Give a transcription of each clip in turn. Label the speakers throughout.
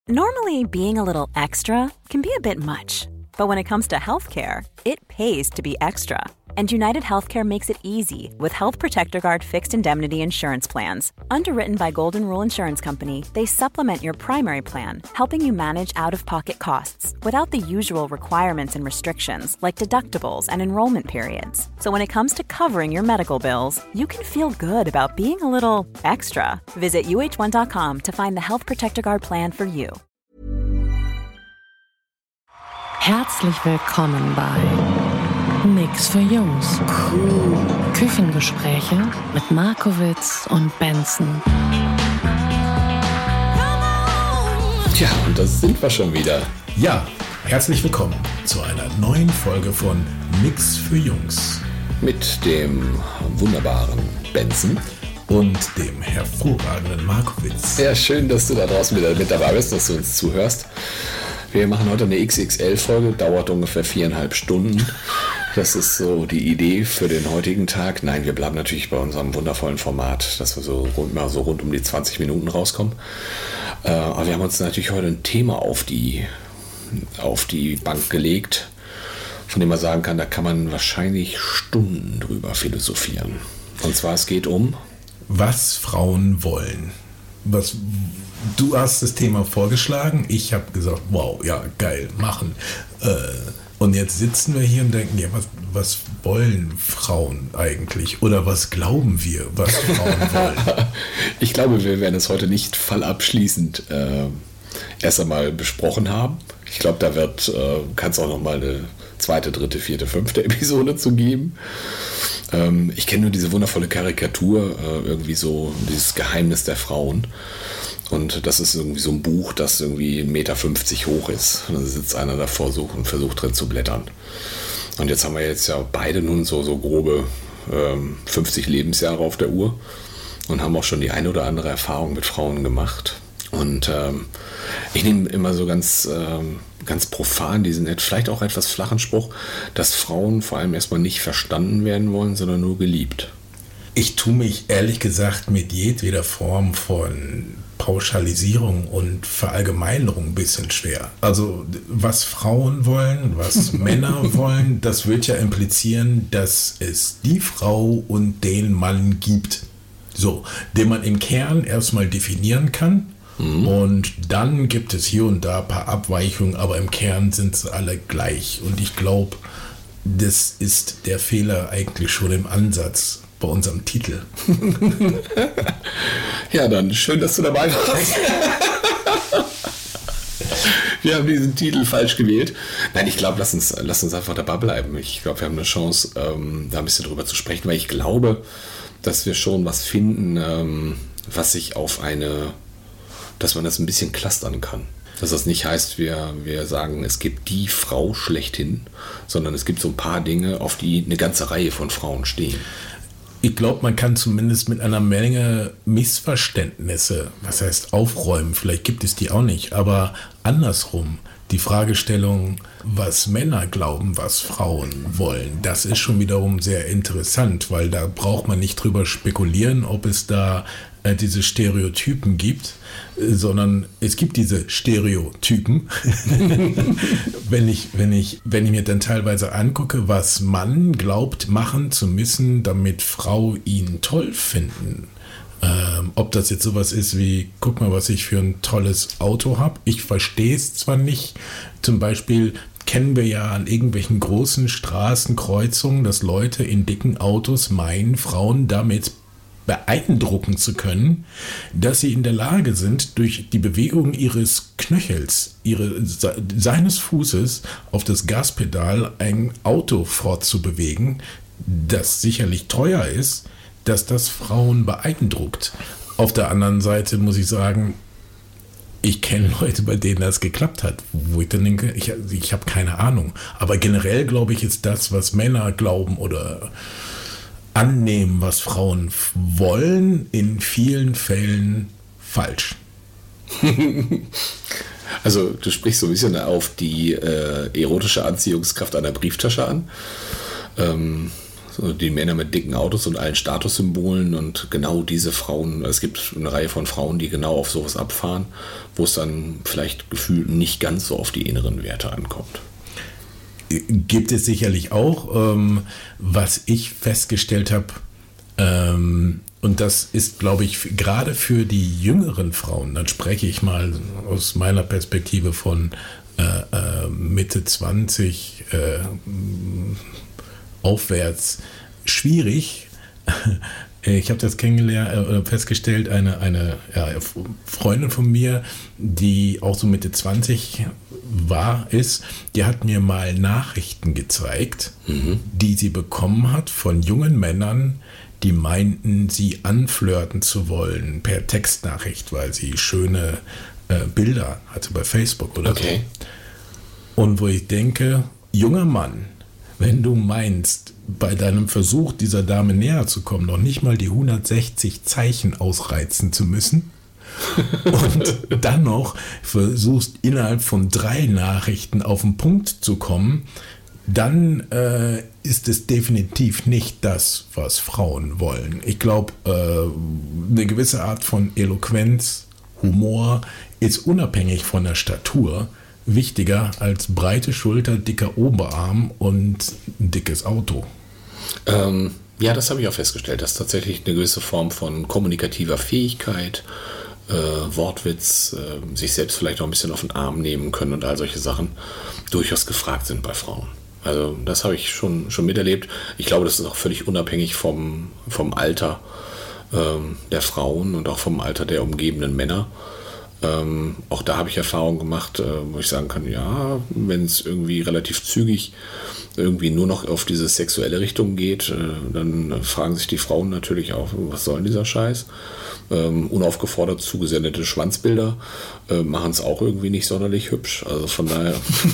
Speaker 1: Normally, being a little extra can be a bit much, but when it comes to healthcare, it pays to be extra. And United Healthcare makes it easy with Health Protector Guard fixed indemnity insurance plans. Underwritten by Golden Rule Insurance Company, they supplement your primary plan, helping you manage out-of-pocket costs without the usual requirements and restrictions like deductibles and enrollment periods. So when it comes to covering your medical bills, you can feel good about being a little extra. Visit uh1.com to find the Health Protector Guard plan for you.
Speaker 2: Herzlich willkommen bei Nix für Jungs. Küchengespräche mit Markowitz und Benson.
Speaker 3: Tja, und das sind wir schon wieder.
Speaker 4: Ja, herzlich willkommen zu einer neuen Folge von Nix für Jungs.
Speaker 3: Mit dem wunderbaren Benson.
Speaker 4: Und dem hervorragenden Markowitz.
Speaker 3: Ja, schön, dass du da draußen wieder mit dabei bist, dass du uns zuhörst. Wir machen heute eine XXL-Folge, dauert ungefähr 4,5 Stunden. Das ist so die Idee für den heutigen Tag. Nein, wir bleiben natürlich bei unserem wundervollen Format, dass wir so rund um die 20 Minuten rauskommen. Aber wir haben uns natürlich heute ein Thema auf die Bank gelegt, von dem man sagen kann, da kann man wahrscheinlich Stunden drüber philosophieren. Und zwar, es geht um...
Speaker 4: Was Frauen wollen. Du hast das Thema vorgeschlagen, ich habe gesagt, wow, ja, geil, machen. Und jetzt sitzen wir hier und denken, ja, was wollen Frauen eigentlich? Oder was glauben wir, was Frauen wollen?
Speaker 3: Ich glaube, wir werden es heute nicht fallabschließend erst einmal besprochen haben. Ich glaube, da kann es auch noch mal eine zweite, dritte, vierte, fünfte Episode zu geben. Ich kenne nur diese wundervolle Karikatur, irgendwie so dieses Geheimnis der Frauen. Und das ist irgendwie so ein Buch, das irgendwie 1,50 Meter hoch ist. Und da sitzt einer davor und versucht drin zu blättern. Und jetzt haben wir jetzt ja beide nun so grobe 50 Lebensjahre auf der Uhr und haben auch schon die eine oder andere Erfahrung mit Frauen gemacht. Und ich nehme immer so ganz profan diesen vielleicht auch etwas flachen Spruch, dass Frauen vor allem erstmal nicht verstanden werden wollen, sondern nur geliebt.
Speaker 4: Ich tue mich ehrlich gesagt mit jedweder Form von Pauschalisierung und Verallgemeinerung ein bisschen schwer. Also was Frauen wollen, was Männer wollen, das wird ja implizieren, dass es die Frau und den Mann gibt. So, den man im Kern erstmal definieren kann. Und dann gibt es hier und da ein paar Abweichungen, aber im Kern sind sie alle gleich. Und ich glaube, das ist der Fehler eigentlich schon im Ansatz bei unserem Titel.
Speaker 3: Ja, dann schön, dass du dabei warst. Wir haben diesen Titel falsch gewählt. Nein, ich glaube, lass uns einfach dabei bleiben. Ich glaube, wir haben eine Chance, da ein bisschen drüber zu sprechen, weil ich glaube, dass wir schon was finden, was sich dass man das ein bisschen clustern kann. Dass das nicht heißt, wir sagen, es gibt die Frau schlechthin, sondern es gibt so ein paar Dinge, auf die eine ganze Reihe von Frauen stehen.
Speaker 4: Ich glaube, man kann zumindest mit einer Menge Missverständnisse, was heißt aufräumen, vielleicht gibt es die auch nicht, aber andersrum, die Fragestellung, was Männer glauben, was Frauen wollen, das ist schon wiederum sehr interessant, weil da braucht man nicht drüber spekulieren, ob es da diese Stereotypen gibt, sondern es gibt diese Stereotypen. Wenn ich mir dann teilweise angucke, was Mann glaubt machen zu müssen, damit Frau ihn toll finden. Ob das jetzt sowas ist wie, guck mal, was ich für ein tolles Auto habe. Ich verstehe es zwar nicht. Zum Beispiel kennen wir ja an irgendwelchen großen Straßenkreuzungen, dass Leute in dicken Autos meinen, Frauen damit beeindrucken zu können, dass sie in der Lage sind, durch die Bewegung ihres Knöchels, seines Fußes auf das Gaspedal ein Auto fortzubewegen, das sicherlich teuer ist, dass das Frauen beeindruckt. Auf der anderen Seite muss ich sagen, ich kenne Leute, bei denen das geklappt hat, wo ich dann denke, ich habe keine Ahnung. Aber generell glaube ich, ist das, was Männer glauben oder annehmen, was Frauen wollen, in vielen Fällen falsch.
Speaker 3: Also du sprichst so ein bisschen auf die erotische Anziehungskraft einer Brieftasche an. die Männer mit dicken Autos und allen Statussymbolen und genau diese Frauen, es gibt eine Reihe von Frauen, die genau auf sowas abfahren, wo es dann vielleicht gefühlt nicht ganz so auf die inneren Werte ankommt.
Speaker 4: Gibt es sicherlich auch, was ich festgestellt habe, und das ist, glaube ich, gerade für die jüngeren Frauen, dann spreche ich mal aus meiner Perspektive von Mitte 20 aufwärts, schwierig. Ich habe das festgestellt, eine Freundin von mir, die auch so Mitte 20 ist, die hat mir mal Nachrichten gezeigt, die sie bekommen hat von jungen Männern, die meinten, sie anflirten zu wollen per Textnachricht, weil sie schöne Bilder hatte bei Facebook oder so. Und wo ich denke, junger Mann, wenn du meinst, bei deinem Versuch, dieser Dame näher zu kommen, noch nicht mal die 160 Zeichen ausreizen zu müssen und dann noch versuchst, innerhalb von 3 Nachrichten auf den Punkt zu kommen, dann ist es definitiv nicht das, was Frauen wollen. Ich glaube, eine gewisse Art von Eloquenz, Humor ist unabhängig von der Statur wichtiger als breite Schulter, dicker Oberarm und ein dickes Auto.
Speaker 3: Ja, das habe ich auch festgestellt, dass tatsächlich eine gewisse Form von kommunikativer Fähigkeit, Wortwitz, sich selbst vielleicht auch ein bisschen auf den Arm nehmen können und all solche Sachen durchaus gefragt sind bei Frauen. Also das habe ich schon miterlebt. Ich glaube, das ist auch völlig unabhängig vom Alter der Frauen und auch vom Alter der umgebenden Männer. Auch da habe ich Erfahrungen gemacht, wo ich sagen kann, ja, wenn es irgendwie relativ zügig irgendwie nur noch auf diese sexuelle Richtung geht, dann fragen sich die Frauen natürlich auch, was soll denn dieser Scheiß? Unaufgefordert zugesendete Schwanzbilder machen es auch irgendwie nicht sonderlich hübsch. Also von daher...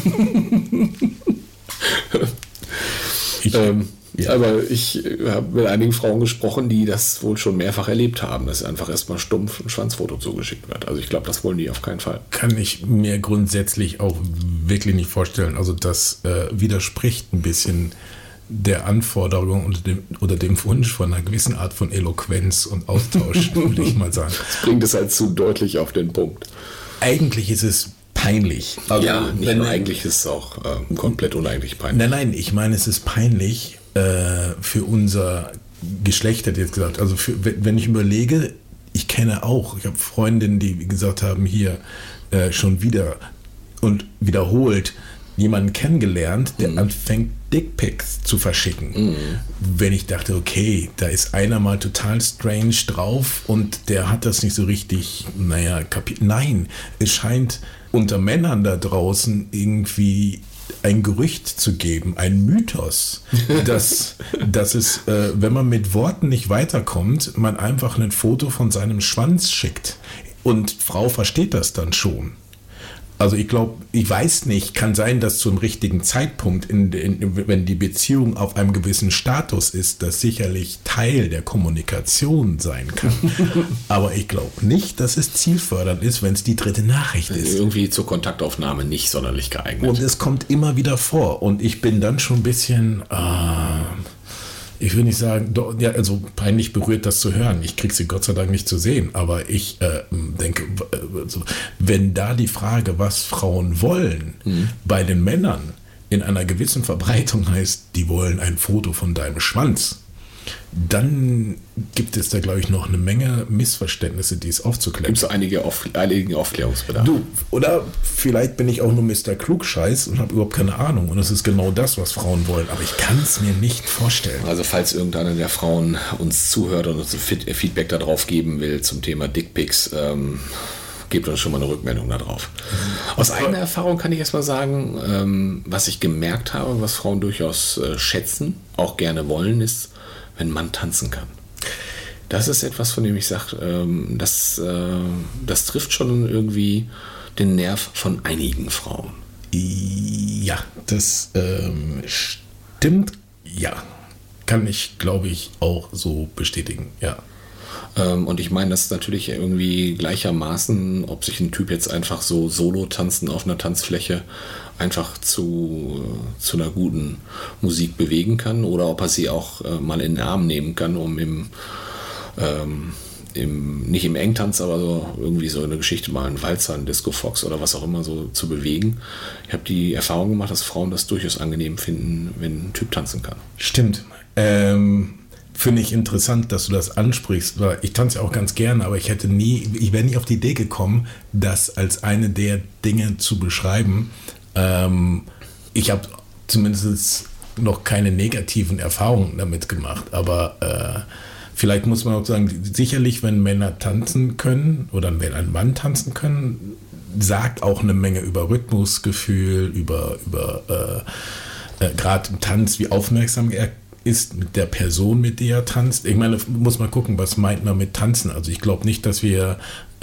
Speaker 3: Aber ich habe mit einigen Frauen gesprochen, die das wohl schon mehrfach erlebt haben, dass einfach erstmal stumpf ein Schwanzfoto zugeschickt wird. Also ich glaube, das wollen die auf keinen Fall.
Speaker 4: Kann ich mir grundsätzlich auch wirklich nicht vorstellen. Also das widerspricht ein bisschen der Anforderung oder dem Wunsch von einer gewissen Art von Eloquenz und Austausch, würde ich mal sagen.
Speaker 3: Das bringt es halt zu deutlich auf den Punkt.
Speaker 4: Eigentlich ist es peinlich.
Speaker 3: Also ja, nicht nur eigentlich, ist es auch komplett uneigentlich peinlich.
Speaker 4: Nein, ich meine, es ist peinlich für unser Geschlecht, hätte ich jetzt gesagt. Also wenn ich überlege, ich habe Freundinnen, die gesagt haben, hier schon wieder und wiederholt jemanden kennengelernt, der anfängt, Dickpics zu verschicken. Wenn ich dachte, okay, da ist einer mal total strange drauf und der hat das nicht so richtig, kapiert. Nein, es scheint unter Männern da draußen irgendwie ein Gerücht zu geben, ein Mythos, dass es, wenn man mit Worten nicht weiterkommt, man einfach ein Foto von seinem Schwanz schickt. Und Frau versteht das dann schon. Also ich glaube, ich weiß nicht, kann sein, dass zum richtigen Zeitpunkt, wenn die Beziehung auf einem gewissen Status ist, das sicherlich Teil der Kommunikation sein kann. Aber ich glaube nicht, dass es zielfördernd ist, wenn es die 3. Nachricht ist.
Speaker 3: Irgendwie zur Kontaktaufnahme nicht sonderlich geeignet.
Speaker 4: Und es kommt immer wieder vor. Und ich bin dann schon ein bisschen... ich will nicht sagen, also peinlich berührt, das zu hören. Ich kriege sie Gott sei Dank nicht zu sehen, aber ich denke, wenn da die Frage, was Frauen wollen, bei den Männern in einer gewissen Verbreitung heißt, die wollen ein Foto von deinem Schwanz, dann gibt es da, glaube ich, noch eine Menge Missverständnisse, die es aufzuklären
Speaker 3: gibt. Gibt es einigen Aufklärungsbedarf.
Speaker 4: Oder vielleicht bin ich auch nur Mr. Klugscheiß und habe überhaupt keine Ahnung. Und es ist genau das, was Frauen wollen. Aber ich kann es mir nicht vorstellen.
Speaker 3: Also falls irgendeine der Frauen uns zuhört und uns Feedback darauf geben will zum Thema Dickpics, gebt uns schon mal eine Rückmeldung darauf. Aus eigener Erfahrung kann ich erst mal sagen, was ich gemerkt habe, was Frauen durchaus schätzen, auch gerne wollen, ist, wenn man tanzen kann. Das ist etwas, von dem ich sage, das trifft schon irgendwie den Nerv von einigen Frauen.
Speaker 4: Ja, das stimmt. Ja, kann ich, glaube ich, auch so bestätigen. Ja.
Speaker 3: Und ich meine, das ist natürlich irgendwie gleichermaßen, ob sich ein Typ jetzt einfach so solo tanzen auf einer Tanzfläche einfach zu einer guten Musik bewegen kann oder ob er sie auch mal in den Arm nehmen kann, um nicht im Engtanz, aber so irgendwie so eine Geschichte mal einen Walzer, einen Disco Fox oder was auch immer so zu bewegen. Ich habe die Erfahrung gemacht, dass Frauen das durchaus angenehm finden, wenn ein Typ tanzen kann.
Speaker 4: Stimmt. Finde ich interessant, dass du das ansprichst, weil ich tanze auch ganz gerne, aber ich wäre nie auf die Idee gekommen, das als eine der Dinge zu beschreiben. Ich habe zumindest noch keine negativen Erfahrungen damit gemacht, aber vielleicht muss man auch sagen, sicherlich, wenn Männer tanzen können oder wenn ein Mann tanzen können, sagt auch eine Menge über Rhythmusgefühl, über gerade im Tanz, wie aufmerksam er ist mit der Person, mit der er tanzt. Ich meine, muss man gucken, was meint man mit tanzen. Also ich glaube nicht, dass wir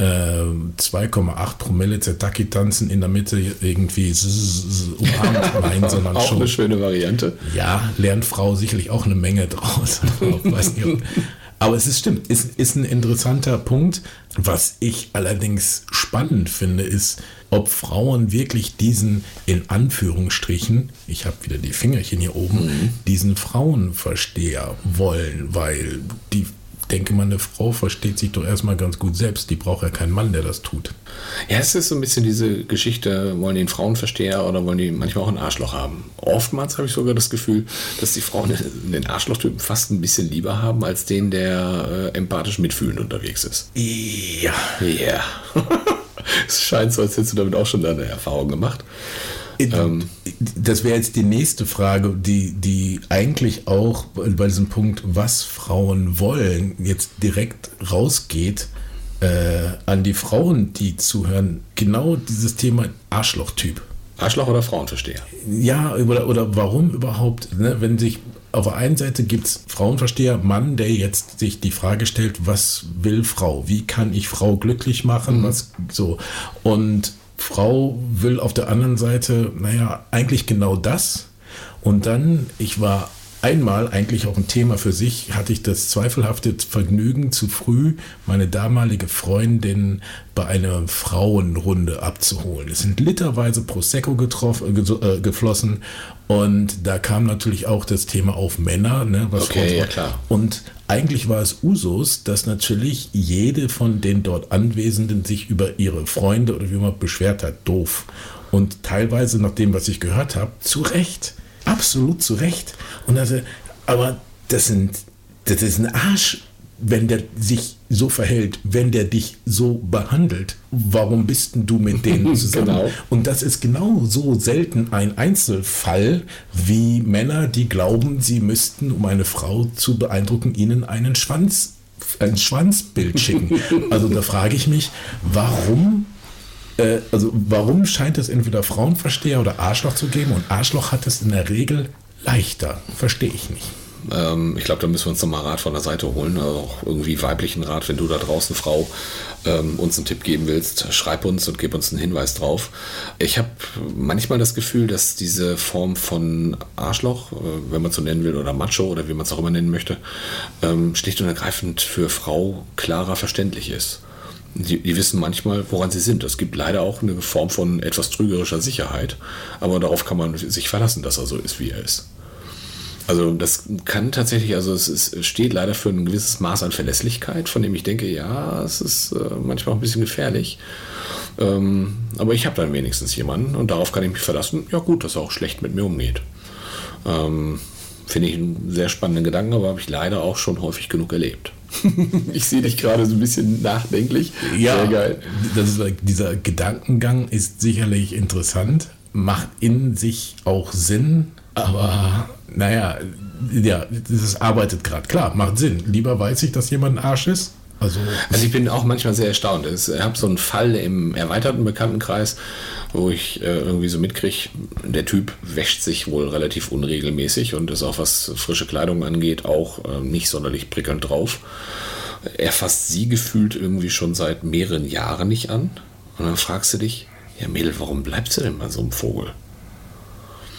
Speaker 4: 2,8 Promille Zetaki tanzen in der Mitte irgendwie umarmt meinen, sondern
Speaker 3: auch
Speaker 4: schon.
Speaker 3: Eine schöne Variante.
Speaker 4: Ja, lernt Frau sicherlich auch eine Menge draus. Weiß nicht, aber es stimmt, ist ein interessanter Punkt. Was ich allerdings spannend finde, ist, ob Frauen wirklich diesen, in Anführungsstrichen, ich habe wieder die Fingerchen hier oben, diesen Frauenversteher wollen, weil die denke mal, eine Frau versteht sich doch erstmal ganz gut selbst. Die braucht ja keinen Mann, der das tut.
Speaker 3: Ja, es ist so ein bisschen diese Geschichte, wollen die einen Frauenversteher oder wollen die manchmal auch einen Arschloch haben? Oftmals habe ich sogar das Gefühl, dass die Frauen den Arschlochtypen fast ein bisschen lieber haben, als den, der empathisch mitfühlend unterwegs ist.
Speaker 4: Ja.
Speaker 3: Ja. Es scheint so, als hättest du damit auch schon deine Erfahrung gemacht.
Speaker 4: Das wäre jetzt die nächste Frage, die eigentlich auch bei diesem Punkt, was Frauen wollen, jetzt direkt rausgeht an die Frauen, die zuhören. Genau dieses Thema Arschlochtyp.
Speaker 3: Arschloch oder Frauenversteher?
Speaker 4: Ja, oder warum überhaupt, ne? Wenn sich auf der einen Seite gibt es Frauenversteher, Mann, der jetzt sich die Frage stellt, was will Frau? Wie kann ich Frau glücklich machen? Was so. Und Frau will auf der anderen Seite, eigentlich genau das. Und dann, ich war einmal, eigentlich auch ein Thema für sich, hatte ich das zweifelhafte Vergnügen, zu früh meine damalige Freundin bei einer Frauenrunde abzuholen. Es sind literweise Prosecco geflossen und da kam natürlich auch das Thema auf Männer. Ne, was
Speaker 3: okay, ja klar.
Speaker 4: Und eigentlich war es Usus, dass natürlich jede von den dort Anwesenden sich über ihre Freunde oder wie man beschwert hat, doof. Und teilweise, nach dem, was ich gehört habe, zu Recht. Absolut zu Recht. Und also, aber das ist ein Arsch, wenn der sich so verhält, wenn der dich so behandelt. Warum bist denn du mit denen zusammen? Genau. Und das ist genau so selten ein Einzelfall wie Männer, die glauben, sie müssten, um eine Frau zu beeindrucken, ihnen ein Schwanzbild schicken. Also da frage ich mich, warum scheint es entweder Frauenversteher oder Arschloch zu geben und Arschloch hat es in der Regel leichter? Verstehe ich nicht.
Speaker 3: Ich glaube, da müssen wir uns nochmal Rat von der Seite holen, also auch irgendwie weiblichen Rat, wenn du da draußen, Frau, uns einen Tipp geben willst, schreib uns und gib uns einen Hinweis drauf. Ich habe manchmal das Gefühl, dass diese Form von Arschloch, wenn man es so nennen will, oder Macho oder wie man es auch immer nennen möchte, schlicht und ergreifend für Frau klarer verständlich ist. Die wissen manchmal, woran sie sind. Es gibt leider auch eine Form von etwas trügerischer Sicherheit, aber darauf kann man sich verlassen, dass er so ist, wie er ist. Also das kann tatsächlich, also es steht leider für ein gewisses Maß an Verlässlichkeit, von dem ich denke, ja, es ist manchmal auch ein bisschen gefährlich. Aber ich habe dann wenigstens jemanden und darauf kann ich mich verlassen, ja gut, dass er auch schlecht mit mir umgeht. Finde ich einen sehr spannenden Gedanken, aber habe ich leider auch schon häufig genug erlebt. Ich sehe dich gerade so ein bisschen nachdenklich.
Speaker 4: Ja,
Speaker 3: sehr geil.
Speaker 4: Dieser Gedankengang ist sicherlich interessant, macht in sich auch Sinn, aber das arbeitet gerade. Klar, macht Sinn. Lieber weiß ich, dass jemand ein Arsch ist. Also
Speaker 3: ich bin auch manchmal sehr erstaunt. Ich habe so einen Fall im erweiterten Bekanntenkreis, wo ich irgendwie so mitkriege, der Typ wäscht sich wohl relativ unregelmäßig und ist auch, was frische Kleidung angeht, auch nicht sonderlich prickelnd drauf. Er fasst sie gefühlt irgendwie schon seit mehreren Jahren nicht an. Und dann fragst du dich, ja Mädel, warum bleibst du denn bei so einem Vogel?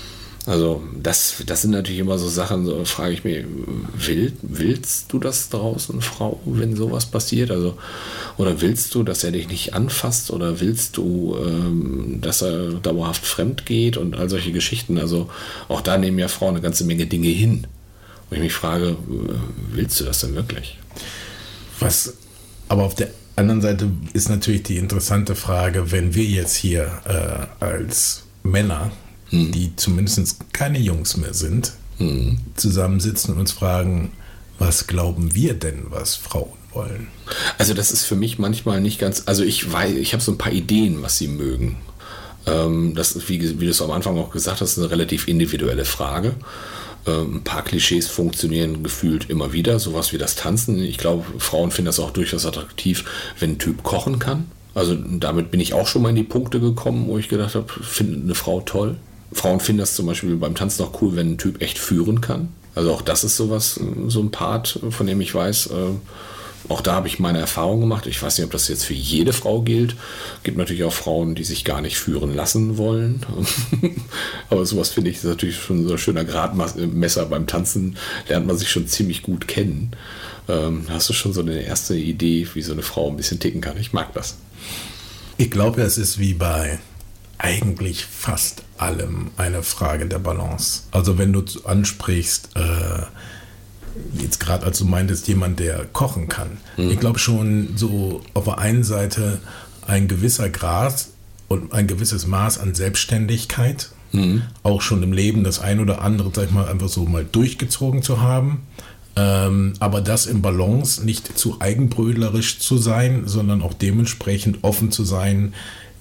Speaker 3: Also das sind natürlich immer so Sachen, so frage ich mich, willst du das draußen, Frau, wenn sowas passiert? Also, oder willst du, dass er dich nicht anfasst? Oder willst du, dass er dauerhaft fremd geht und all solche Geschichten? Also auch da nehmen ja Frauen eine ganze Menge Dinge hin. Und ich mich frage, willst du das denn wirklich?
Speaker 4: Aber auf der anderen Seite ist natürlich die interessante Frage, wenn wir jetzt hier als Männer, die zumindest keine Jungs mehr sind, zusammensitzen und uns fragen, was glauben wir denn, was Frauen wollen?
Speaker 3: Also das ist für mich manchmal nicht ganz, also ich habe so ein paar Ideen, was sie mögen. Das ist, wie du es am Anfang auch gesagt hast, eine relativ individuelle Frage. Ein paar Klischees funktionieren gefühlt immer wieder, sowas wie das Tanzen. Ich glaube, Frauen finden das auch durchaus attraktiv, wenn ein Typ kochen kann. Also damit bin ich auch schon mal in die Punkte gekommen, wo ich gedacht habe, finde eine Frau toll. Frauen finden das zum Beispiel beim Tanzen auch cool, wenn ein Typ echt führen kann. Also auch das ist sowas, so ein Part, von dem ich weiß, auch da habe ich meine Erfahrung gemacht. Ich weiß nicht, ob das jetzt für jede Frau gilt. Es gibt natürlich auch Frauen, die sich gar nicht führen lassen wollen. Aber sowas finde ich ist natürlich schon so ein schöner Gradmesser. Beim Tanzen lernt man sich schon ziemlich gut kennen. Hast du schon so eine erste Idee, wie so eine Frau ein bisschen ticken kann? Ich mag das.
Speaker 4: Ich glaube, es ist wie bei eigentlich fast allem eine Frage der Balance. Also wenn du ansprichst, jetzt gerade als du meintest, jemand, der kochen kann. Ich glaube schon so auf der einen Seite ein gewisser Grad und ein gewisses Maß an Selbstständigkeit, auch schon im Leben das ein oder andere, sag ich mal, einfach so mal durchgezogen zu haben. Aber das im Balance, nicht zu eigenbrötlerisch zu sein, sondern auch dementsprechend offen zu sein,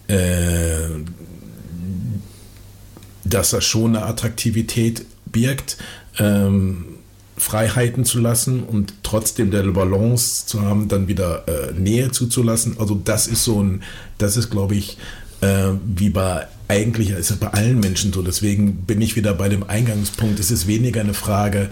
Speaker 4: dass das schon eine Attraktivität birgt, Freiheiten zu lassen und trotzdem der Balance zu haben, dann wieder Nähe zuzulassen. Also das ist glaube ich, wie bei eigentlich ist es bei allen Menschen so. Deswegen bin ich wieder bei dem Eingangspunkt. Es ist weniger eine Frage,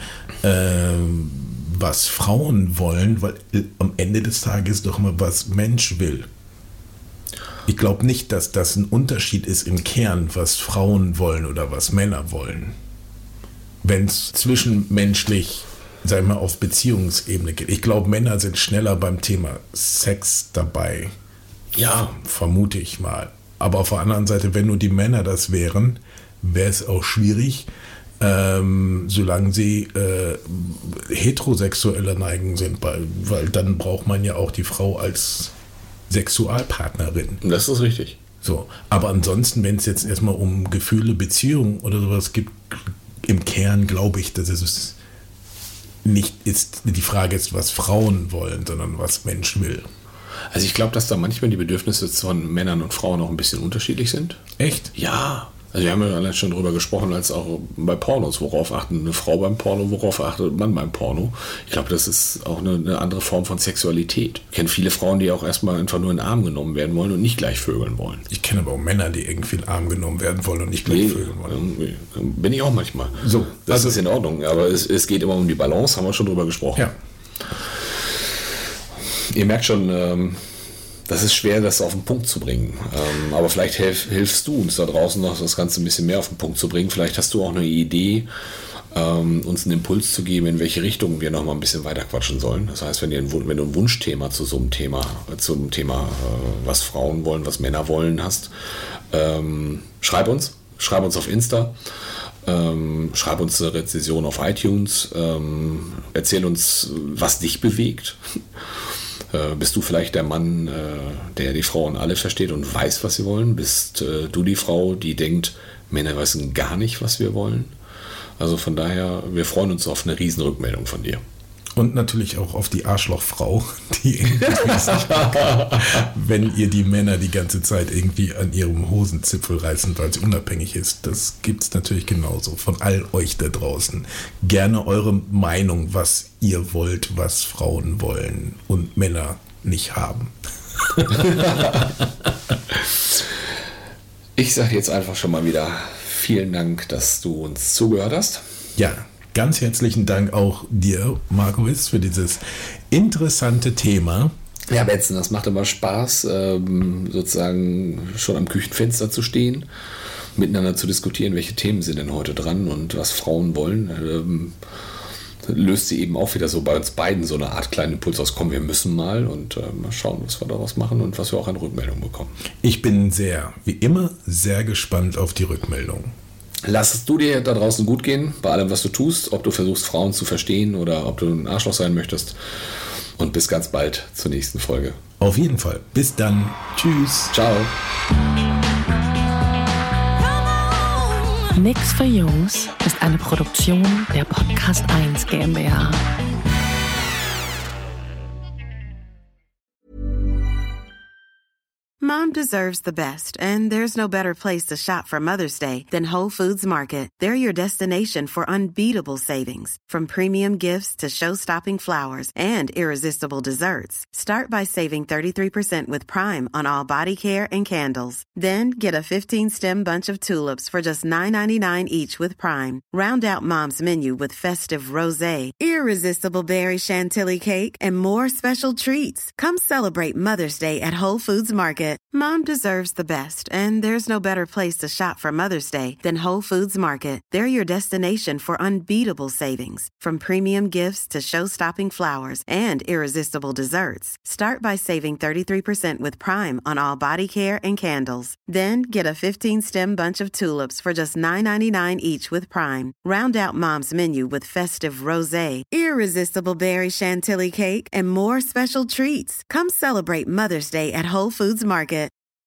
Speaker 4: was Frauen wollen, weil am Ende des Tages doch mal was Mensch will. Ich glaube nicht, dass das ein Unterschied ist im Kern, was Frauen wollen oder was Männer wollen. Wenn es zwischenmenschlich, sagen wir mal, auf Beziehungsebene geht. Ich glaube, Männer sind schneller beim Thema Sex dabei. Ja, vermute ich mal. Aber auf der anderen Seite, wenn nur die Männer das wären, wäre es auch schwierig, solange sie heterosexueller Neigung sind, weil dann braucht man ja auch die Frau als Sexualpartnerin.
Speaker 3: Das ist richtig.
Speaker 4: So, aber ansonsten, wenn es jetzt erstmal um Gefühle, Beziehungen oder sowas gibt, im Kern glaube ich, dass es nicht ist, die Frage ist, was Frauen wollen, sondern was Mensch will.
Speaker 3: Also ich glaube, dass da manchmal die Bedürfnisse von Männern und Frauen auch ein bisschen unterschiedlich sind.
Speaker 4: Echt?
Speaker 3: Ja. Also wir haben ja allein schon drüber gesprochen, als auch bei Pornos, worauf achtet eine Frau beim Porno, worauf achtet man beim Porno. Ich glaube, das ist auch eine andere Form von Sexualität. Ich kenne viele Frauen, die auch erstmal einfach nur in den Arm genommen werden wollen und nicht gleich vögeln wollen.
Speaker 4: Ich kenne aber auch Männer, die irgendwie in den Arm genommen werden wollen und nicht gleich vögeln wollen.
Speaker 3: Bin ich auch manchmal.
Speaker 4: So,
Speaker 3: das ist in Ordnung, aber es geht immer um die Balance, haben wir schon drüber gesprochen.
Speaker 4: Ja.
Speaker 3: Ihr merkt schon, das ist schwer, das auf den Punkt zu bringen. Aber vielleicht hilfst du uns da draußen noch, das Ganze ein bisschen mehr auf den Punkt zu bringen. Vielleicht hast du auch eine Idee, uns einen Impuls zu geben, in welche Richtung wir noch mal ein bisschen weiter quatschen sollen. Das heißt, wenn du ein Wunschthema zu so einem Thema, was Frauen wollen, was Männer wollen hast, schreib uns auf Insta. Schreib uns eine Rezension auf iTunes. Erzähl uns, was dich bewegt. Bist du vielleicht der Mann, der die Frauen alle versteht und weiß, was sie wollen? Bist du die Frau, die denkt, Männer wissen gar nicht, was wir wollen? Also von daher, wir freuen uns auf eine riesen Rückmeldung von dir.
Speaker 4: Und natürlich auch auf die Arschlochfrau, die wenn ihr die Männer die ganze Zeit irgendwie an ihrem Hosenzipfel reißen, weil sie unabhängig ist. Das gibt es natürlich genauso von all euch da draußen. Gerne eure Meinung, was ihr wollt, was Frauen wollen und Männer nicht haben.
Speaker 3: Ich sage jetzt einfach schon mal wieder vielen Dank, dass du uns zugehört hast.
Speaker 4: Ja, ganz herzlichen Dank auch dir, Markowitz, für dieses interessante Thema.
Speaker 3: Ja, Benson, das macht immer Spaß, sozusagen schon am Küchenfenster zu stehen, miteinander zu diskutieren, welche Themen sind denn heute dran und was Frauen wollen. Löst sie eben auch wieder so bei uns beiden so eine Art kleinen Impuls aus, komm, wir müssen mal und mal schauen, was wir daraus machen und was wir auch an Rückmeldungen bekommen.
Speaker 4: Ich bin wie immer, sehr gespannt auf die Rückmeldung.
Speaker 3: Lass es du dir da draußen gut gehen, bei allem, was du tust, ob du versuchst, Frauen zu verstehen oder ob du ein Arschloch sein möchtest. Und bis ganz bald zur nächsten Folge.
Speaker 4: Auf jeden Fall. Bis dann. Tschüss.
Speaker 3: Ciao.
Speaker 2: Nix für Jungs ist eine Produktion der Podcast 1 GmbH.
Speaker 5: Mom deserves the best, and there's no better place to shop for Mother's Day than Whole Foods Market. They're your destination for unbeatable savings, from premium gifts to show-stopping flowers and irresistible desserts. Start by saving 33% with Prime on all body care and candles. Then get a 15-stem bunch of tulips for just $9.99 each with Prime. Round out Mom's menu with festive rosé, irresistible berry chantilly cake, and more special treats. Come celebrate Mother's Day at Whole Foods Market. Mom deserves the best, and there's no better place to shop for Mother's Day than Whole Foods Market. They're your destination for unbeatable savings, from premium gifts to show-stopping flowers and irresistible desserts. Start by saving 33% with Prime on all body care and candles. Then get a 15-stem bunch of tulips for just $9.99 each with Prime. Round out Mom's menu with festive rosé, irresistible berry chantilly cake, and more special treats. Come celebrate Mother's Day at Whole Foods Market.